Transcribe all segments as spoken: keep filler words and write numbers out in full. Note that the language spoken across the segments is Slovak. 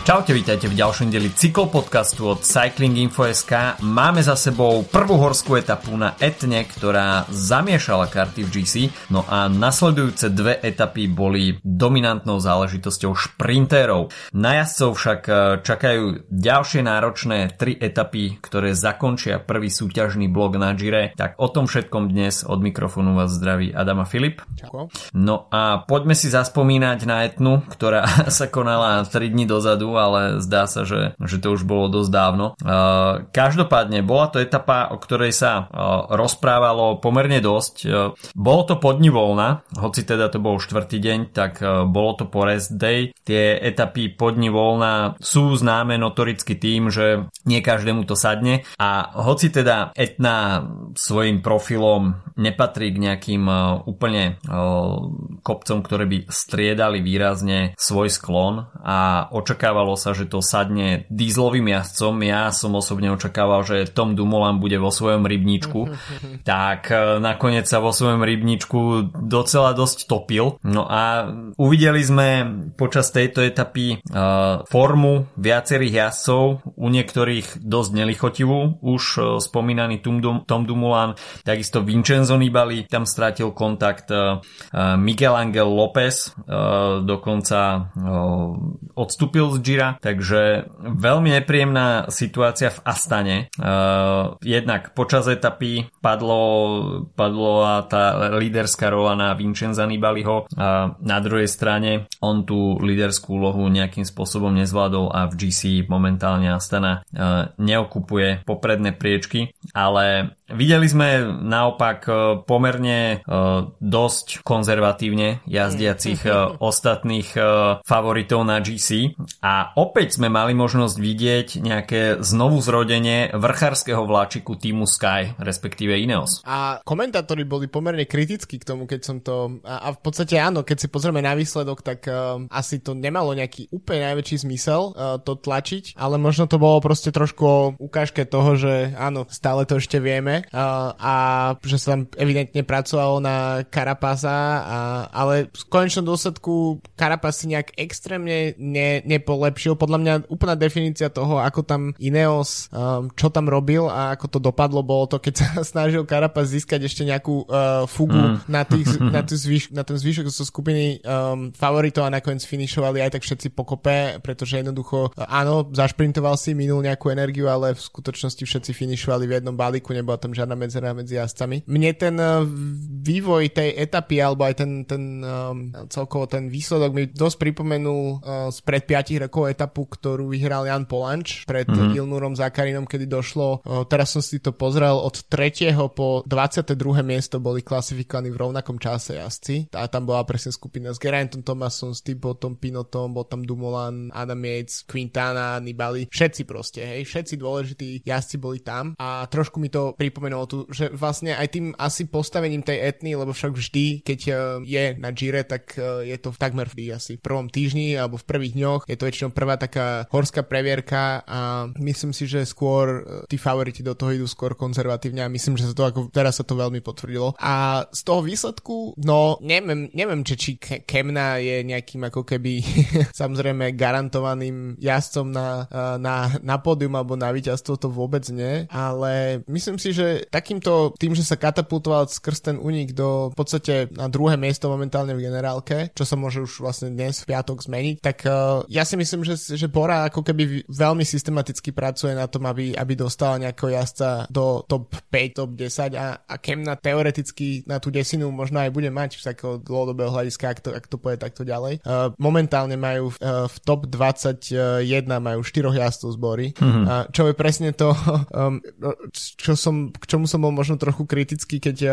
Čaute, vítajte v ďalšom dieli cyklopodcastu od Cycling Info bodka es ká. Máme za sebou prvú horskú etapu na Etne, ktorá zamiešala karty v gé cé, no a nasledujúce dve etapy boli dominantnou záležitosťou šprintérov. Na jazdcov však čakajú ďalšie náročné tri etapy, ktoré zakončia prvý súťažný blok na Gire. Tak o tom všetkom dnes od mikrofónu vás zdraví Adam a Filip. Čau. No a poďme si zaspomínať na Etnu, ktorá sa konala tri dni dozadu, ale zdá sa, že, že to už bolo dosť dávno. Uh, každopádne bola to etapa, o ktorej sa uh, rozprávalo pomerne dosť. Uh, bolo to po dni voľna, hoci teda to bol štvrtý deň, tak uh, bolo to po rest day. Tie etapy po dni voľna sú známe notoricky tým, že nie každému to sadne a hoci teda Etna svojim profilom nepatrí k nejakým uh, úplne uh, kopcom, ktoré by striedali výrazne svoj sklon a očakávalo sa, že to sadne dieselovým jazdcom. Ja som osobne očakával, že Tom Dumoulin bude vo svojom rybníčku. Tak nakoniec sa vo svojom rybníčku docela dosť topil. No a uvideli sme počas tejto etapy uh, formu viacerých jazdcov, u niektorých dosť nelichotivú. Už uh, spomínaný Tom, Dum- Tom Dumoulin, takisto Vincenzo Nibali tam strátil kontakt, uh, Miguel Angel López uh, dokonca uh, odstúpil z Gira, takže veľmi nepríjemná situácia v Astane. Uh, jednak počas etapy padlo, padlo tá líderská rola na Vincenza Nibaliho a na druhej strane on tú líderskú úlohu nejakým spôsobom nezvládol a v gé cé momentálne Astana uh, neokupuje popredné priečky, ale videli sme naopak uh, pomerne uh, dosť konzervatívne jazdiacich uh, ostatných uh, favoritov na gé cé a opäť sme mali možnosť vidieť nejaké znovu zrodenie vrchárskeho vláčiku týmu Sky, respektíve Ineos. A komentátori boli pomerne kritickí k tomu, keď som to... A, a v podstate áno, keď si pozrieme na výsledok, tak uh, asi to nemalo nejaký úplne najväčší zmysel uh, to tlačiť, ale možno to bolo proste trošku o ukážke toho, že áno, stále to ešte vieme uh, a že sa tam evidentne pracovalo na Carapasa, a, ale v konečnom dôsledku Carapaz si nejak extrémne ne, nepolepšil. Podľa mňa úplná definícia toho, ako tam Ineos, um, čo tam robil a ako to dopadlo, bolo to, keď sa snažil Carapaz získať ešte nejakú uh, fugu mm. na, tých, na, tých zvyš, na ten zvyšok zo skupiny um, favoritov a nakoniec finišovali aj tak všetci pokope, pretože jednoducho uh, áno, zašprintoval si, minul nejakú energiu, ale v skutočnosti všetci finišovali v jednom balíku, nebola tam žiadna medzera medzi jazdcami. Mne ten uh, vývoj tej etapy, alebo aj ten, ten um, celkovo ten výsledok mi dosť pripomenul uh, spred piatich rokov etapu, ktorú vyhral Jan Polanč pred mm-hmm. Ilnurom Zakarinom, kedy došlo, uh, teraz som si to pozrel, od tretieho po dvadsiate druhé miesto boli klasifikovaní v rovnakom čase jazdci. A tam bola presne skupina s Geraintom Thomasom, s Thibaultom Pinotom, bol tam Dumoulin, Adam Yates, Quintana, Nibali, všetci proste, hej, všetci dôležití jazdci boli tam a trošku mi to pripomenulo tu, že vlastne aj tým asi postavením tej Etny, lebo však vždy, keď uh, je na Gire, tak uh, je to takmer vždy asi v prvom týždni alebo v prvých dňoch, je to väčšinou prvá taká horská previerka a myslím si, že skôr uh, tí favoriti do toho idú skôr konzervatívne a myslím, že sa to ako teraz sa to veľmi potvrdilo. A z toho výsledku, no neviem, neviem či, či Kemna je nejakým ako keby samozrejme garantovaným jazdcom na, na, na pódium alebo na víťazstvo, to vôbec nie, ale myslím si, že takýmto tým, že sa katapultoval skrz ten únik do v podstate na druhé miesto momentálne v generálke, čo sa môže už vlastne dnes v piatok zmeniť, tak uh, ja si myslím, že, že Bora ako keby veľmi systematicky pracuje na tom, aby, aby dostala nejakého jazdca do top päť, top desať a, a Kemna teoreticky na tú desinu možno aj bude mať z takého dlhodobého hľadiska, ak to, ak to pôjde takto ďalej. Uh, momentálne majú uh, v top dvadsaťjeden majú štyroch jazdcov z Bory, mm-hmm. uh, čo je presne to, um, čo som, k čomu som bol možno trochu kritický, keď uh,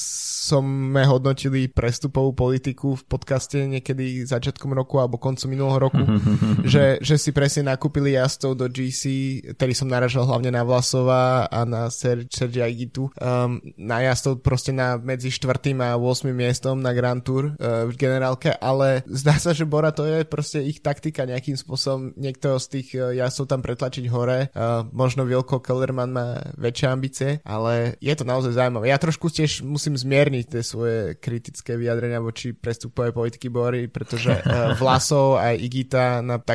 sme hodnotili prestupovú politiku v podcaste niekedy začiatkom roku alebo koncom minulého roku, že, že si presne nakúpili jazdcov do gé cé, ktorý som naražal hlavne na Vlasova a na Ser- Sergia Igitu, um, na jazdcov proste na medzi štvrtým a ôsmym miestom na Grand Tour uh, v generálke, ale zdá sa, že Bora to je proste ich taktika nejakým spôsobom, niekto z tých uh, jazdcov tam pretlačiť hore, uh, možno Wilco Kelderman má väčšie ambície, ale je to naozaj zaujímavé. Ja trošku tiež musím zmierniť tie svoje kritické vyjadrenia voči prestupovej politiky Bory, pretože uh, Vlasov a Igita na tak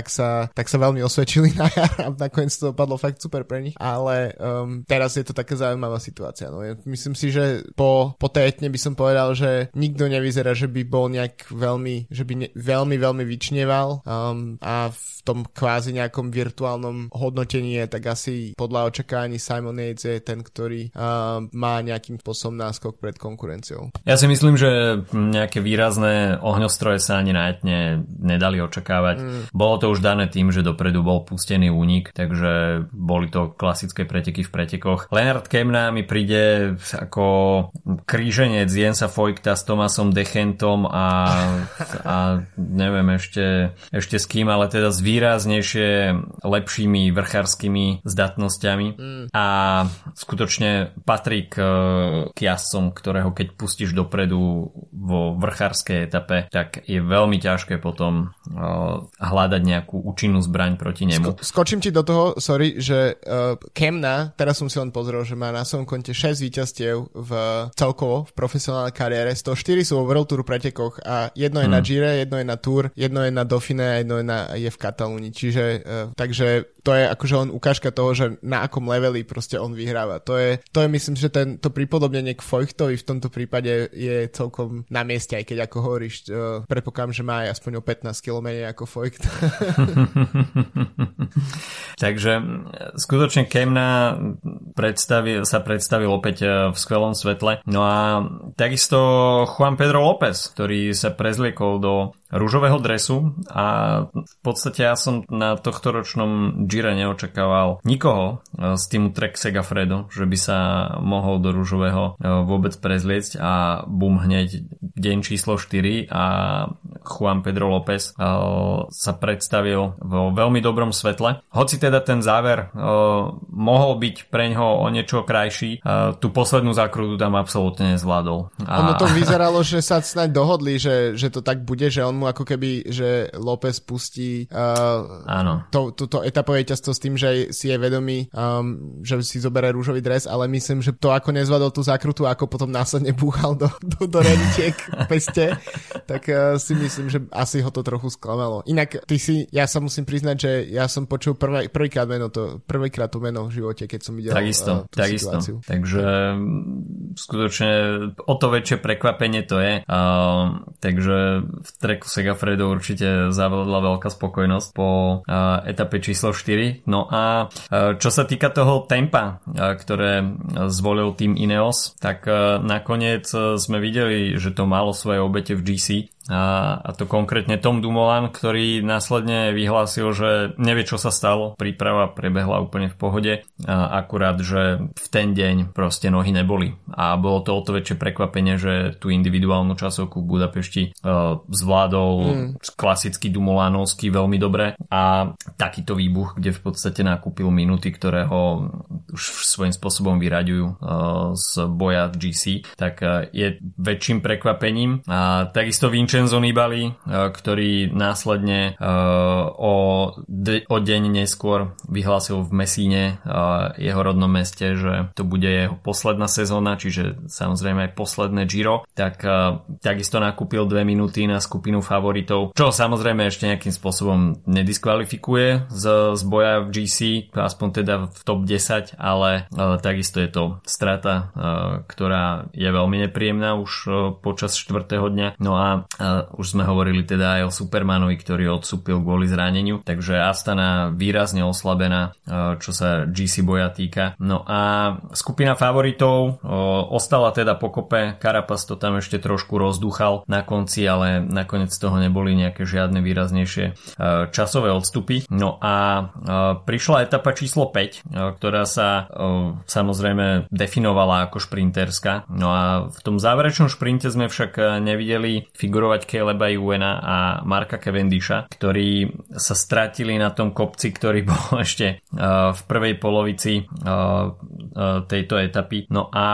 tak sa, tak sa veľmi osvedčili na jar a nakoniec to dopadlo fakt super pre nich, ale um, teraz je to taká zaujímavá situácia. No. Myslím si, že po, po tej etne by som povedal, že nikto nevyzerá, že by bol nejak veľmi, že by ne, veľmi, veľmi vyčnieval um, a v tom kvázi nejakom virtuálnom hodnotení je tak asi podľa očakávaní Simon Yates je ten, ktorý uh, má nejakým spôsobom náskok pred konkurenciou. Ja si myslím, že nejaké výrazné ohňostroje sa ani na etne nedali očakávať. Mm. Bolo to už dané tým, že dopredu bol pustený únik, takže boli to klasické preteky v pretekoch. Lennart Kemna mi príde ako kríženec Jensa Voigta s Thomasom Dechentom a, a neviem ešte, ešte s kým, ale teda s výraznejšie lepšími vrchárskymi zdatnosťami mm. a skutočne patrí k, k jazdcom, ktorého keď pustíš dopredu vo vrchárskej etape, tak je veľmi ťažké potom uh, hľadať nejakú účinnú zbraň proti nemu. Sko- skočím ti do toho, sorry, že uh, Kemna, teraz som si len pozrel, že má na svojom konte šesť víťazstiev v celkovo v profesionálnej kariére, z toho štyri sú vo World Tour pretekoch a jedno je mm. na Gire, jedno je na Tour, jedno je na Dauphine a jedno je, na, je v Katalúni. Čiže uh, takže to je akože len ukážka toho, že na akom leveli proste on vyhráva. To je, to je myslím, že ten, to pripodobnenie k Voigtovi v tomto prípade je celkom na mieste, aj keď ako hovoríš, uh, predpokladám, že má aj aspoň o pätnásť kilometrov ako Voigt. Takže skutočne Kemna predstavil, sa predstavil opäť v skvelom svetle. No a takisto Juan Pedro López, ktorý sa prezliekol do ružového dresu a v podstate ja som na tohto ročnom Gire neočakával nikoho z týmu Trek Segafredo, že by sa mohol do ružového vôbec prezliecť a bum hneď deň číslo štyri a Juan Pedro López sa predstavil vo veľmi dobrom svetle. Hoci teda ten záver mohol byť preňho o niečo krajší, tú poslednú zákrutu tam absolútne nezvládol. A... Ono to vyzeralo, že sa snáď dohodli, že, že to tak bude, že on mu ako keby, že López pustí uh, to, to etapové víťazstvo s tým, že si je vedomý, um, že si zoberie rúžový dres, ale myslím, že to ako nezvládol tú zákrutu, ako potom následne búchal do, do, do rentiek v peste, tak uh, si myslím, že asi ho to trochu sklamalo. Inak ty si, ja sa musím priznať, že ja som počul prvý, prvýkrát meno to, prvýkrát to meno v živote, keď som videl takisto, uh, tú takisto. situáciu. Takže skutočne o to väčšie prekvapenie to je. Uh, takže v Treku Segafredo určite zavládla veľká spokojnosť po uh, etape číslo štyri. No a uh, čo sa týka toho tempa, uh, ktoré zvolil tým Ineos, tak uh, nakoniec uh, sme videli, že to malo svoje obete v gé cé. A, a to konkrétne Tom Dumoulin, ktorý následne vyhlásil, že nevie, čo sa stalo. Príprava prebehla úplne v pohode. A akurát, že v ten deň proste nohy neboli. A bolo to o to väčšie prekvapenie, že tú individuálnu časovku v Budapešti uh, zvládol mm. klasický Dumoulinovský veľmi dobre. A takýto výbuch, kde v podstate nakúpil minúty, ktoré ho už svojím spôsobom vyraďujú uh, z boja gé cé, tak uh, je väčším prekvapením. A takisto Vincenzo Vincenzo Nibali, ktorý následne o, de- o deň neskôr vyhlásil v Messíne, jeho rodnom meste, že to bude jeho posledná sezóna, čiže samozrejme aj posledné Giro, tak takisto nakúpil dve minúty na skupinu favoritov, čo samozrejme ešte nejakým spôsobom nediskvalifikuje z, z boja v gé cé, aspoň teda v top desať, ale takisto je to strata, ktorá je veľmi nepríjemná už počas štvrtého dňa. No a už sme hovorili teda aj o Supermanovi, ktorý odsúpil kvôli zraneniu, takže Astana výrazne oslabená, čo sa gé cé boja týka. No a skupina favoritov ostala teda pokope, Carapaz to tam ešte trošku rozdúchal na konci, ale nakoniec z toho neboli nejaké žiadne výraznejšie časové odstupy. No a prišla etapa číslo päť, ktorá sa samozrejme definovala ako šprinterská. No a v tom záverečnom šprinte sme však nevideli figurovať Caleba Ewena a Marka Cavendisha, ktorí sa stratili na tom kopci, ktorý bol ešte uh, v prvej polovici uh, uh, tejto etapy. No a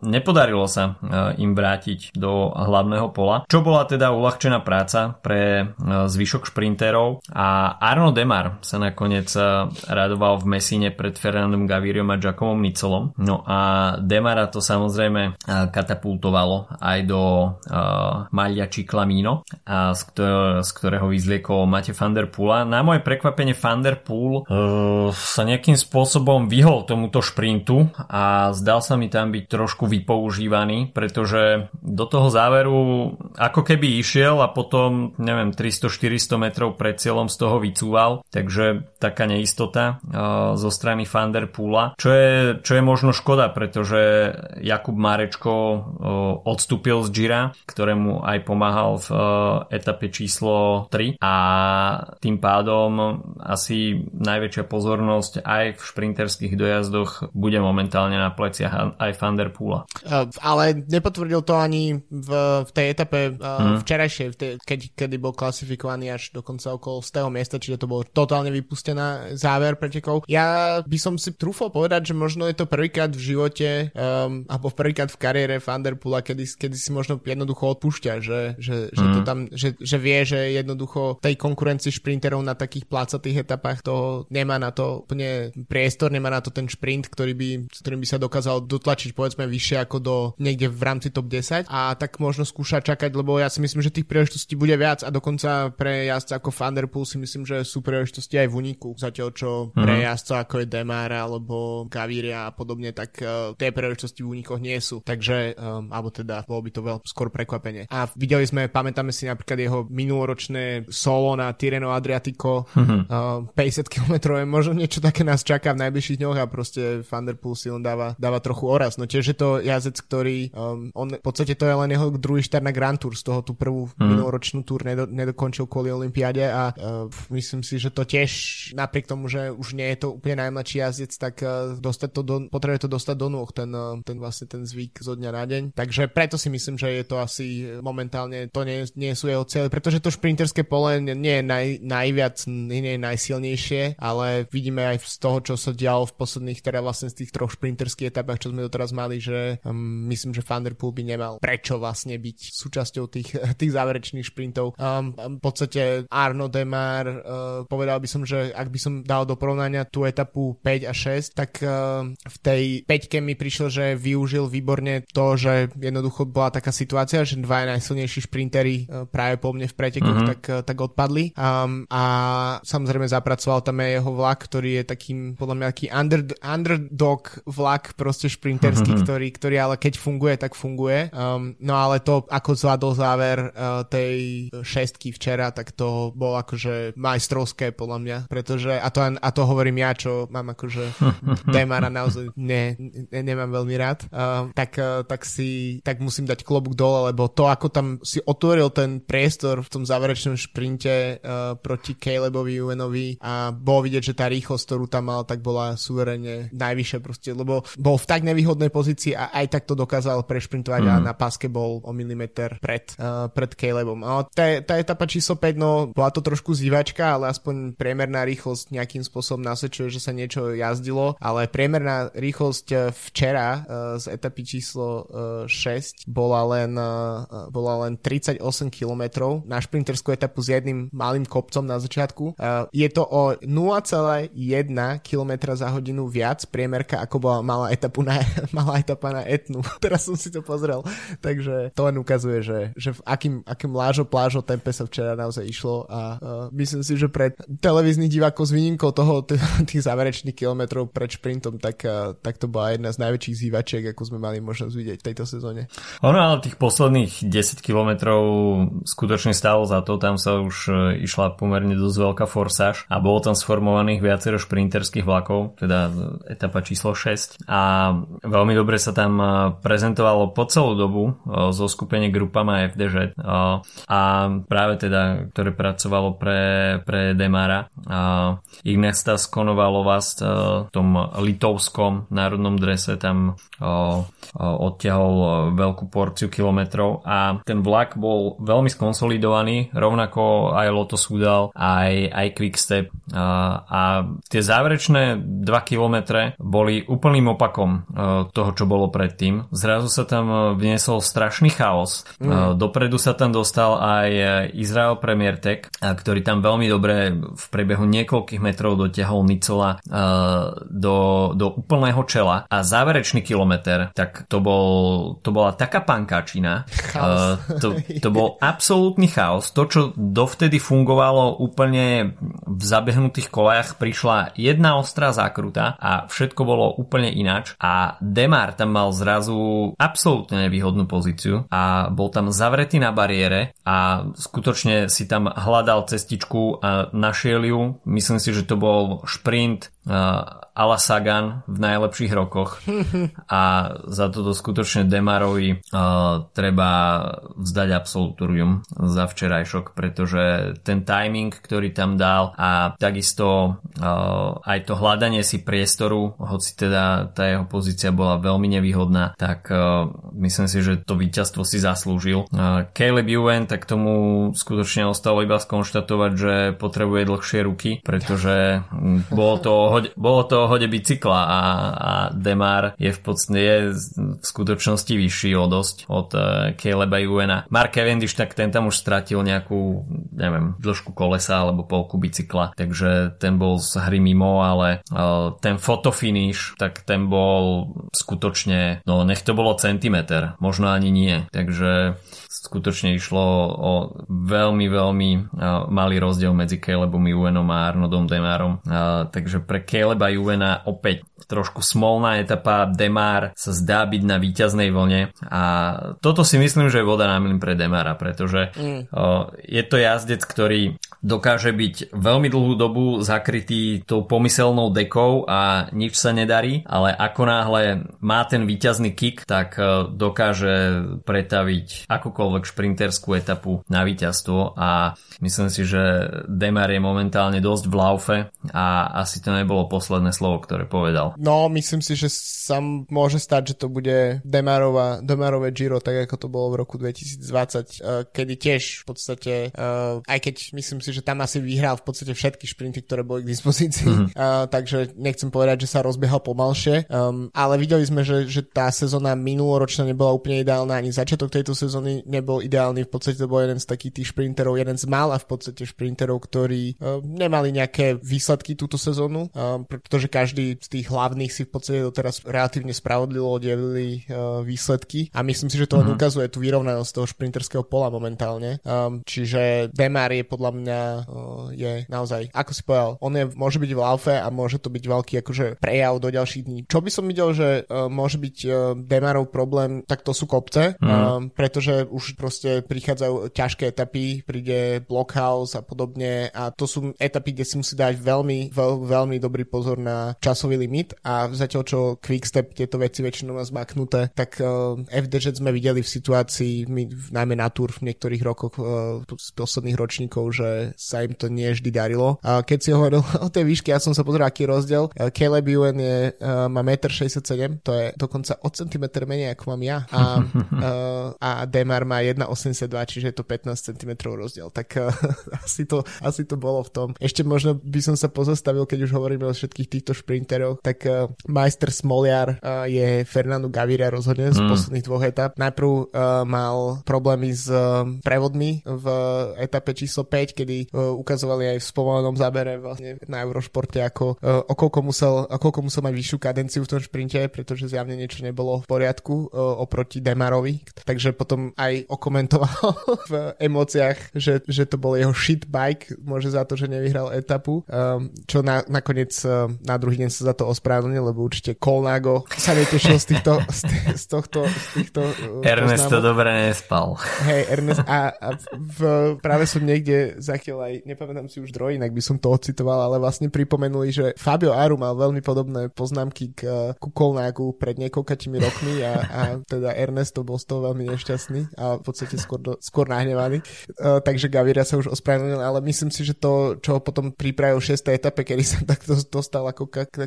nepodarilo sa im vrátiť do hlavného pola, čo bola teda uľahčená práca pre zvyšok šprinterov a Arnaud Démare sa nakoniec radoval v Messine pred Fernandom Gaviriom a Giacomom Nizzolom. No a Démara to samozrejme katapultovalo aj do uh, Maglia Ciclamino, a z, ktor- z ktorého vyzliekol Matej van der Poela. Na moje prekvapenie Van der Poel uh, sa nejakým spôsobom vyhol tomuto šprintu a zdal sa mi tam byť trošku vypoužívaný, pretože do toho záveru ako keby išiel a potom, neviem, tristo štyristo metrov pred cieľom z toho vycúval, takže taká neistota uh, zo strany Van der Poela, čo je, čo je možno škoda, pretože Jakub Marečko uh, odstúpil z Gira, ktorému aj pomáhal v uh, etape číslo tri a tým pádom asi najväčšia pozornosť aj v šprinterských dojazdoch bude momentálne na pleciach aj Van der Poela. Uh, ale nepotvrdil to ani v, v tej etape uh, hmm. včerajšej, v tej, keď, kedy bol klasifikovaný až dokonca okolo z toho miesta, čiže to bol totálne vypustená záver pretekov. Ja by som si trúfol povedať, že možno je to prvýkrát v živote um, alebo prvýkrát v kariére Van der Poela, kedy, kedy si možno jednoducho odpúšťa, že, že, mm. že, to tam, že, že vie, že jednoducho tej konkurencii šprinterov na takých plácatých etapách to nemá na to úplne priestor, nemá na to ten šprint, ktorý by, s ktorým by sa dokázal dotlačiť povedzme vyššie ako do niekde v rámci top desať a tak možno skúša čakať, lebo ja si myslím, že tých príležitostí bude viac a dokonca pre jazdca ako Van der Poel si myslím, že sú príležitosti aj v úniku, zatiaľ čo mm. pre jazdca ako je Démare alebo Gaviria a podobne, tak uh, tie príležitosti v únikoch nie sú, takže um, alebo teda bolo by to veľmi skôr prekvapenie. A videli sme, pamätáme si napríklad jeho minuloročné solo na Tirreno Adriatico, mm-hmm. uh, päťdesiat kilometrov, možno niečo také nás čaká v najbližších dňoch a proste Van der Poel si len dáva, dáva trochu oraz. No tiež je to jazdec, ktorý um, on, v podstate to je len jeho druhý štart na Grand Tour, z toho tú prvú mm. minuloročnú túr nedo, nedokončil kvôli olympiáde a uh, myslím si, že to tiež napriek tomu, že už nie je to úplne najmladší jazdec, tak uh, dostať to do, potrebuje to dostať do nôh ten, uh, ten vlastne ten zvyk zo dňa na deň. Takže preto si myslím, že je to asi momentálne, to nie, nie sú jeho cieľe, pretože to šprinterské pole nie je naj, najviac, nie je najsilnejšie, ale vidíme aj z toho, čo sa dialo v posledných, teda vlastne z tých troch šprinterských etapách, čo sme doteraz mali, že um, myslím, že Van der Poel by nemal prečo vlastne byť súčasťou tých, tých záverečných šprintov. Um, v podstate Arnaud Démare, uh, povedal by som, že ak by som dal do porovnania tú etapu päť a šesť, tak uh, v tej päťke mi prišlo, že využil výborne to, že jednoducho bola taká situácia, že dva najsilnejší šprintery uh, práve po mne v pretekoch mm-hmm. tak, uh, tak odpadli um, a samozrejme zapracoval tam aj jeho vlak, ktorý je takým podľa mňa taký under, underdog vlak proste šprinterský, mm-hmm. ktorý, ktorý ale keď funguje, tak funguje. Um, no ale to, ako zvládol záver uh, tej šestky včera, tak to bolo akože majstrovské podľa mňa, pretože a to, a to hovorím ja, čo mám akože Démara naozaj ne, ne, nemám veľmi rád, uh, tak, uh, tak si tak musím dať klobúk dole, lebo to, ako tam si otvoril ten priestor v tom záverečnom šprinte uh, proti Calebovi Ewenovi a bolo vidieť, že tá rýchlosť, ktorú tam mal, tak bola suverene najvyššia proste, lebo bol v tak nevýhodnej pozícii a aj tak to dokázal prešprintovať mm. a na páske bol o milimeter pred, uh, pred Calebom. A tá, tá etapa číslo päť, no bola to trošku zývačka, ale aspoň priemerná rýchlosť nejakým spôsobom nasvedčuje, že sa niečo jazdilo, ale priemerná rýchlosť včera uh, z etapy číslo uh, šesť bola len, uh, bola len tridsaťosem kilometrov na šprinterskú etapu s jedným malým kopcom na začiatku. Uh, je to o nula celá jedna kilometra za hodinu viac priemerka, ako bola malá etapa na, malá etapa na Etnu. Teraz som si to pozrel. Takže to len ukazuje, že, že v akým, akým lážo plážo tempe sa včera naozaj išlo a uh, myslím si, že pre televíznych divákov s výnimkou toho t- tých záverečných kilometrov pred šprintom, tak, uh, tak to bola jedna z najväčších zývačiek, ako sme mali možnosť vidieť v tejto sezóne. Ono, ale tých posledných desať kilometrov skutočne stálo za to, tam sa už uh, išla pomerne dosť veľká forsáž a bolo tam sformovaných viacero šprinterských vlakov, teda etapa číslo šesť a veľmi dobre sa tam prezentovalo po celú dobu zo skupenie Grupama ef dé žet a práve teda, ktoré pracovalo pre, pre Démara. Ignesta Skonovalovas v tom litovskom národnom drese tam odtiahol veľkú porciu kilometrov a ten vlak bol veľmi skonsolidovaný, rovnako aj Lotto Soudal, aj, aj Quickstep a, a tie záverečné dva kilometre boli úplným opakom toho, čo bolo bolo predtým. Zrazu sa tam vniesol strašný chaos. Mm. Dopredu sa tam dostal aj Israel Premier Tech, ktorý tam veľmi dobre v priebehu niekoľkých metrov dotiahol Nicola do, do úplného čela a záverečný kilometr, tak to, bol, to bola taká pankáčina. To, to bol absolútny chaos. To, čo dovtedy fungovalo úplne v zabehnutých kolajach, prišla jedna ostrá zákruta a všetko bolo úplne ináč a Demar tam mal zrazu absolútne nevýhodnú pozíciu a bol tam zavretý na bariére a skutočne si tam hľadal cestičku a našiel ju. Myslím si, že to bol šprint a la Sagan v najlepších rokoch a za toto skutočne Demarovi uh, treba vzdať absolutorium za včerajšok, pretože ten timing, ktorý tam dal a takisto uh, aj to hľadanie si priestoru, hoci teda tá jeho pozícia bola veľmi nevýhodná, tak uh, myslím si, že to víťazstvo si zaslúžil. Uh, Caleb Ewan, tak tomu skutočne ostalo iba skonštatovať, že potrebuje dlhšie ruky, pretože um, bolo to bolo to o hode bicykla a, a Demar je v podstate je v skutočnosti vyšší o dosť od uh, Caleba Ewena. Mark Cavendish, tak ten tam už stratil nejakú, neviem, dĺžku kolesa alebo polku bicykla, takže ten bol z hry mimo, ale uh, ten fotofinish, tak ten bol skutočne, no nech to bolo centimeter, možno ani nie, takže skutočne išlo o veľmi, veľmi uh, malý rozdiel medzi Calebom Ewanom a Arnoldom Demarom. Uh, takže pre Caleba Ewena opäť trošku smolná etapa. Demar sa zdá byť na víťaznej vlne a toto si myslím, že je voda na mlyn pre Demara, pretože mm. uh, je to jazdec, ktorý dokáže byť veľmi dlhú dobu zakrytý tou pomyselnou dekou a nič sa nedarí, ale ako náhle má ten víťazný kick, tak uh, dokáže pretaviť akúkoľvek šprinterskú etapu na víťazstvo a myslím si, že Demar je momentálne dosť v laufe a asi to nebolo posledné slovo, ktoré povedal. No, myslím si, že sa môže stať, že to bude Demarova, Demarové Giro, tak ako to bolo v roku dvetisícdvadsať, kedy tiež v podstate, aj keď myslím si, že tam asi vyhral v podstate všetky šprinty, ktoré boli k dispozícii, mm-hmm. takže nechcem povedať, že sa rozbiehal pomalšie, um, ale videli sme, že, že tá sezóna minuloročná nebola úplne ideálna, ani začiatok tejto sezóny nebol ideálny, v podstate to bol jeden z takých tých šprinterov, jeden z mála v podstate šprinterov, ktorí uh, nemali nejaké výsledky túto sezónu, uh, pretože každý z tých hlavných si v podstate doteraz relatívne spravodlivo delili uh, výsledky a myslím si, že to len mm-hmm. ukazuje tú vyrovnanosť toho šprinterského pola momentálne. Um, čiže Demar je podľa mňa uh, je naozaj, ako si povedal, on je, môže byť v laufe a môže to byť veľký akože prejav do ďalších dní. Čo by som videl, že uh, môže byť uh, Demarov problém, tak to sú kopce, mm. um, pretože už proste prichádzajú ťažké etapy, príde Blockhouse a podobne a to sú etapy, kde si musí dať veľmi, veľ, veľmi dobrý pozor na časový limit a zatiaľ čo Quickstep tieto veci väčšinou má zmaknuté, tak uh, ef dé zet sme videli v situácii, my, najmä na Tour v niektorých rokoch uh, z posledných ročníkov, že sa im to nie vždy darilo. A keď si hovoril o tej výške, ja som sa pozrel, aký je rozdiel. Uh, Caleb Ewan je, uh, má jeden šesťdesiatsedem metra, to je dokonca o centimetr menej ako mám ja a, uh, a Demar má jeden osemdesiatdva, čiže je to pätnásť centimetrov rozdiel. Tak uh, asi, to, asi to bolo v tom. Ešte možno by som sa pozastavil, keď už hovoríme o všetkých týchto šprinteroch, tak uh, majster Smoliar uh, je Fernando Gaviria rozhodne z mm. posledných dvoch etap. Najprv uh, mal problémy s uh, prevodmi v etape číslo päť, kedy uh, ukazovali aj v spomalenom zábere vlastne na Eurošporte, ako uh, o koľko musel, o koľko musel mať vyššiu kadenciu v tom šprinte, pretože zjavne niečo nebolo v poriadku uh, oproti Demarovi. Takže potom aj okomentoval v emóciách, že, že to bol jeho shit bike, môže za to, že nevyhral etapu, um, čo na, nakoniec uh, na druhý deň sa za to ospravedlnil, lebo určite Colnago sa netešil z týchto z, z tohto z týchto uh, Ernest to dobre nespal. Hej, Ernest a, a v, práve som niekde zachytil aj, nepamätám si už zdroj, inak by som to ocitoval, ale vlastne pripomenuli, že Fabio Aru mal veľmi podobné poznámky k, ku Colnagu pred niekoľkatými rokmi a, a teda Ernest to bol z toho veľmi nešťastný a v podstate skôr, do, skôr nahnevaný. Uh, takže Gaviria sa už ospravedlnil, ale myslím si, že to, čo ho potom pripravil v šiestej etape, kedy sa takto dostal ako k takej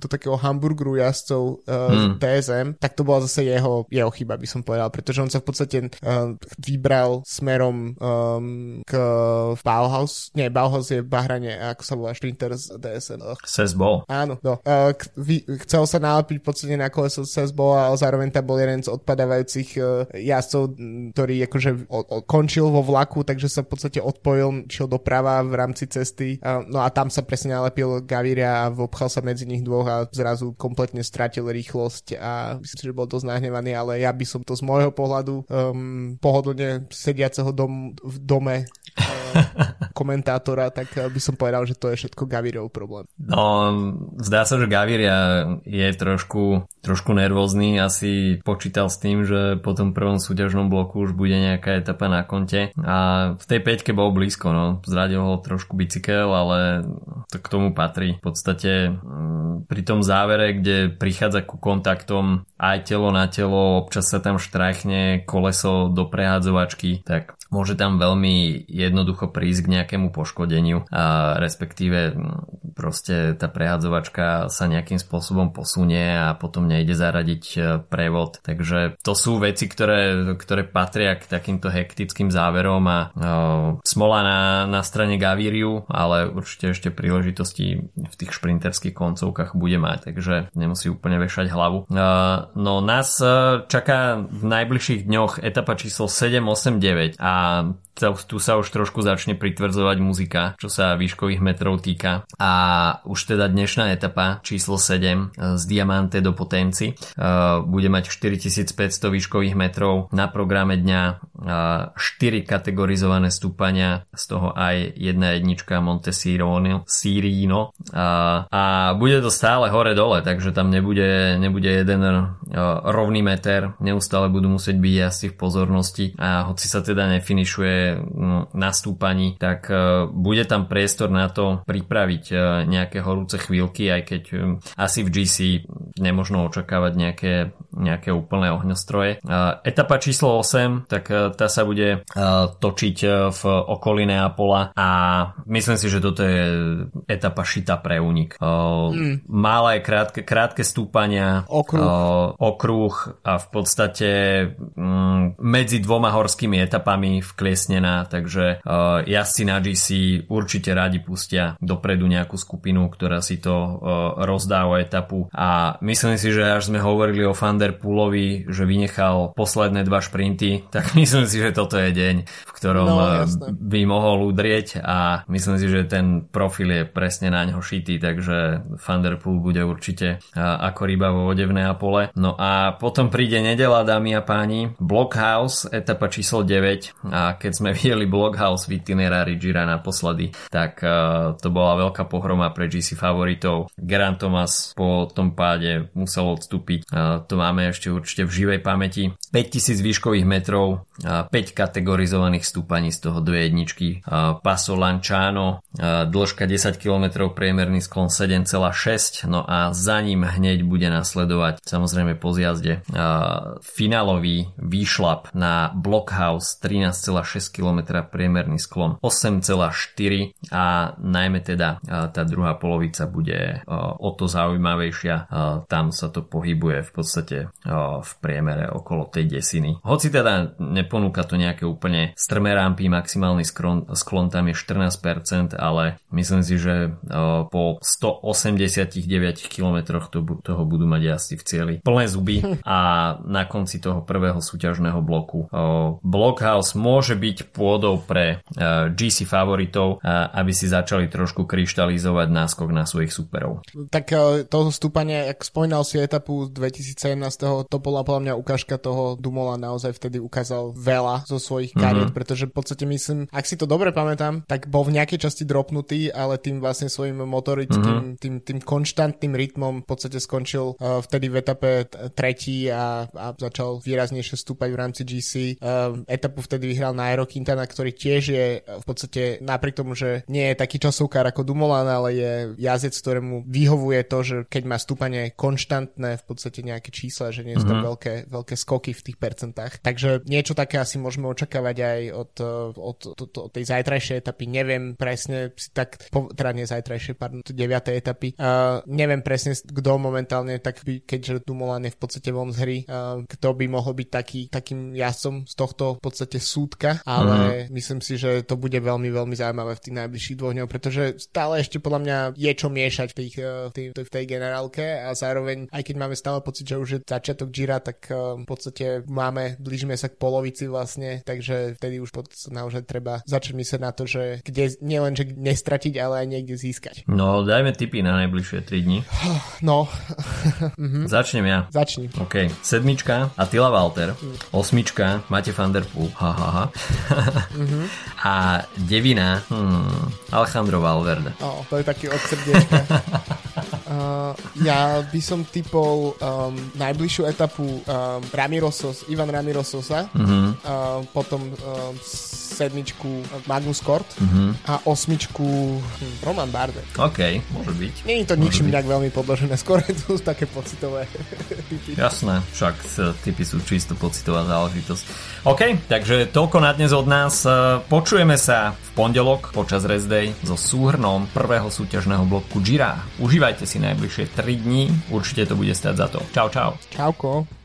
do takého hamburgeru jazdcov uh, mm. té es em, tak to bola zase jeho, jeho chyba, by som povedal, pretože on sa v podstate uh, vybral smerom um, k Bauhaus, nie, Bauhaus je v Bahrane, ako sa volá, šprinter z té es em. Sesbol. Áno, no. Uh, k, vy, chcel sa nalepiť v podstate na koleso Sesbol, ale zároveň tam bol jeden z odpadávajúcich uh, jazdcov, ktorý akože o, o, končil vo vlaku, takže sa v podstate odpojil, šiel doprava v rámci cesty, uh, no a tam sa presne nalepil Gaviria a vopchal sa medzi nich dvoch a zrazu kompletne stratil rýchlosť a myslím si, že bol dosť nahnevaný, ale ja by som to z môjho pohľadu um, pohodlne sediaceho dom, v dome komentátora, tak by som povedal, že to je všetko Gavirov problém. No, zdá sa, že Gaviria je trošku, trošku nervózny, asi počítal s tým, že po tom prvom súťažnom bloku už bude nejaká etapa na konte a v tej päťke bol blízko, no, zradil ho trošku bicykel, ale to k tomu patrí. V podstate pri tom závere, kde prichádza ku kontaktom aj telo na telo, občas sa tam štrajchne koleso do prehádzovačky, tak môže tam veľmi jednoducho prísť k nejakému poškodeniu a respektíve proste tá prehádzovačka sa nejakým spôsobom posunie a potom nejde zaradiť prevod. Takže to sú veci, ktoré, ktoré patria k takýmto hektickým záverom a o, smola na, na strane Gaviriu, ale určite ešte príležitosti v tých šprinterských koncovkách bude mať, takže nemusí úplne vešať hlavu. O, no nás čaká v najbližších dňoch etapa číslo sedem, osem, deväť a tu sa už trošku začne pritvrdzovať muzika, čo sa výškových metrov týka. A už teda dnešná etapa číslo sedem z Diamante do Potenci bude mať štyritisícpäťsto výškových metrov. Na programe dňa štyri kategorizované stúpania, z toho aj jedna jednička Monte Sirino. A bude to stále hore-dole, takže tam nebude, nebude jeden rovný meter. Neustále budú musieť byť asi v pozornosti a hoci sa teda nefinišuje na stúpaní, tak bude tam priestor na to pripraviť nejaké horúce chvíľky, aj keď asi v gé cé nemožno očakávať nejaké, nejaké úplné ohňostroje. Etapa číslo osem, tak tá sa bude točiť v okolí Neapola a myslím si, že toto je etapa šita pre únik. Mm. Malé, krátke, krátke stúpania, okruh. okruh a v podstate medzi dvoma horskými etapami vkliesnená, takže uh, jazdci na gé cé určite radi pustia dopredu nejakú skupinu, ktorá si to uh, rozdá o etapu a myslím si, že až sme hovorili o Van der Poelovi, že vynechal posledné dva šprinty, tak myslím si, že toto je deň, v ktorom no, by mohol udrieť a myslím si, že ten profil je presne na ňo šitý, takže Van der Poel bude určite uh, ako ryba vo vode v Neapole. No a potom príde nedeľa, dámy a páni, Blockhouse, etapa číslo deväť a keď sme videli Blockhouse v itinerári Gira naposledy, tak uh, to bola veľká pohroma pre gé cé favoritov. Geraint Thomas po tom páde musel odstúpiť. Uh, to máme ešte určite v živej pamäti. päťtisíc výškových metrov, uh, päť kategorizovaných stúpaní, z toho dve jedničky. Uh, Passo Lanciano, uh, dĺžka desať kilometrov, priemerný sklon sedem celá šesť, no a za ním hneď bude nasledovať samozrejme po zjazde uh, finálový výšlap na Blockhouse trinásť celá šesť kilometra, priemerný sklon osem celá štyri a najmä teda tá druhá polovica bude o to zaujímavejšia. Tam sa to pohybuje v podstate v priemere okolo tej desiny. Hoci teda neponúka to nejaké úplne strmé rampy, maximálny sklon, sklon tam je štrnásť percent, ale myslím si, že po stoosemdesiatdeväť kilometroch to, toho budú mať asi v cieli plné zuby a na konci toho prvého súťažného bloku Blockhouse môže byť pôdou pre uh, gé cé favoritov, uh, aby si začali trošku kryštalizovať náskok na svojich superov. Tak uh, toho stúpania, ak spomínal si etapu dvetisícsedemnásť, to bola podľa mňa ukážka toho, Dumoulin naozaj vtedy ukázal veľa zo svojich kariet, mm-hmm. pretože v podstate myslím, ak si to dobre pamätám, tak bol v nejakej časti dropnutý, ale tým vlastne svojim motorickým, mm-hmm. tým, tým konštantným rytmom v podstate skončil uh, vtedy v etape tretí a, a začal výraznejšie stúpať v rámci gé cé. Uh, etapu vtedy vyhral Nairo Quintana, ktorý tiež je v podstate napriek tomu, že nie je taký časovkár ako Dumoulin, ale je jazdec, ktorému vyhovuje to, že keď má stúpanie konštantné, v podstate nejaké čísla že nie sú tam mm-hmm. veľké, veľké skoky v tých percentách. Takže niečo také asi môžeme očakávať aj od, od, od, od tej zajtrajšej etapy. Neviem presne, tak, teda nie zajtrajšej, pardon, deviatej etapy. Uh, neviem presne, kto momentálne, tak by, keďže Dumoulin je v podstate von z hry, uh, kto by mohol byť taký, takým jazdcom z tohto v podstate súdka, ale mm-hmm. myslím si, že to bude veľmi, veľmi zaujímavé v tých najbližších dvoch dňoch, pretože stále ešte podľa mňa je čo miešať v, tých, v, tej, v tej generálke a zároveň, aj keď máme stále pocit, že už je začiatok Gira, tak v podstate máme, blížime sa k polovici vlastne, takže vtedy už naozaj treba začať myslieť na to, že kde nielen, že nestratiť, ale aj niekde získať. No, dajme tipy na najbližšie tri dni. No. Začnem ja. Začni. OK. Sedmička Attila Walter. Mm. Osmička Matej van der Poel. Ha, ha, ha. mm-hmm. A devina hmm, Alejandro Valverde. Oh, to je taký od srdiečka. uh, ja by som typol um, najbližšiu etapu um, Ramiro Sosa, Ivan Ramiro Sosa, mm-hmm. uh, potom um, sedmičku Magnus Kort mm-hmm. a osmičku hm, Roman Bardet. OK, môže byť. Nie je to ničím nejak veľmi podložené, skôr je to také pocitové typy. Jasné, však typy sú čisto pocitová záležitosť. OK, takže toľko na dnes od nás. Počujeme sa v pondelok počas Rest Day so súhrnom prvého súťažného bloku Gira. Užívajte si najbližšie tri dni, určite to bude stáť za to. Čau, čau. Čauko.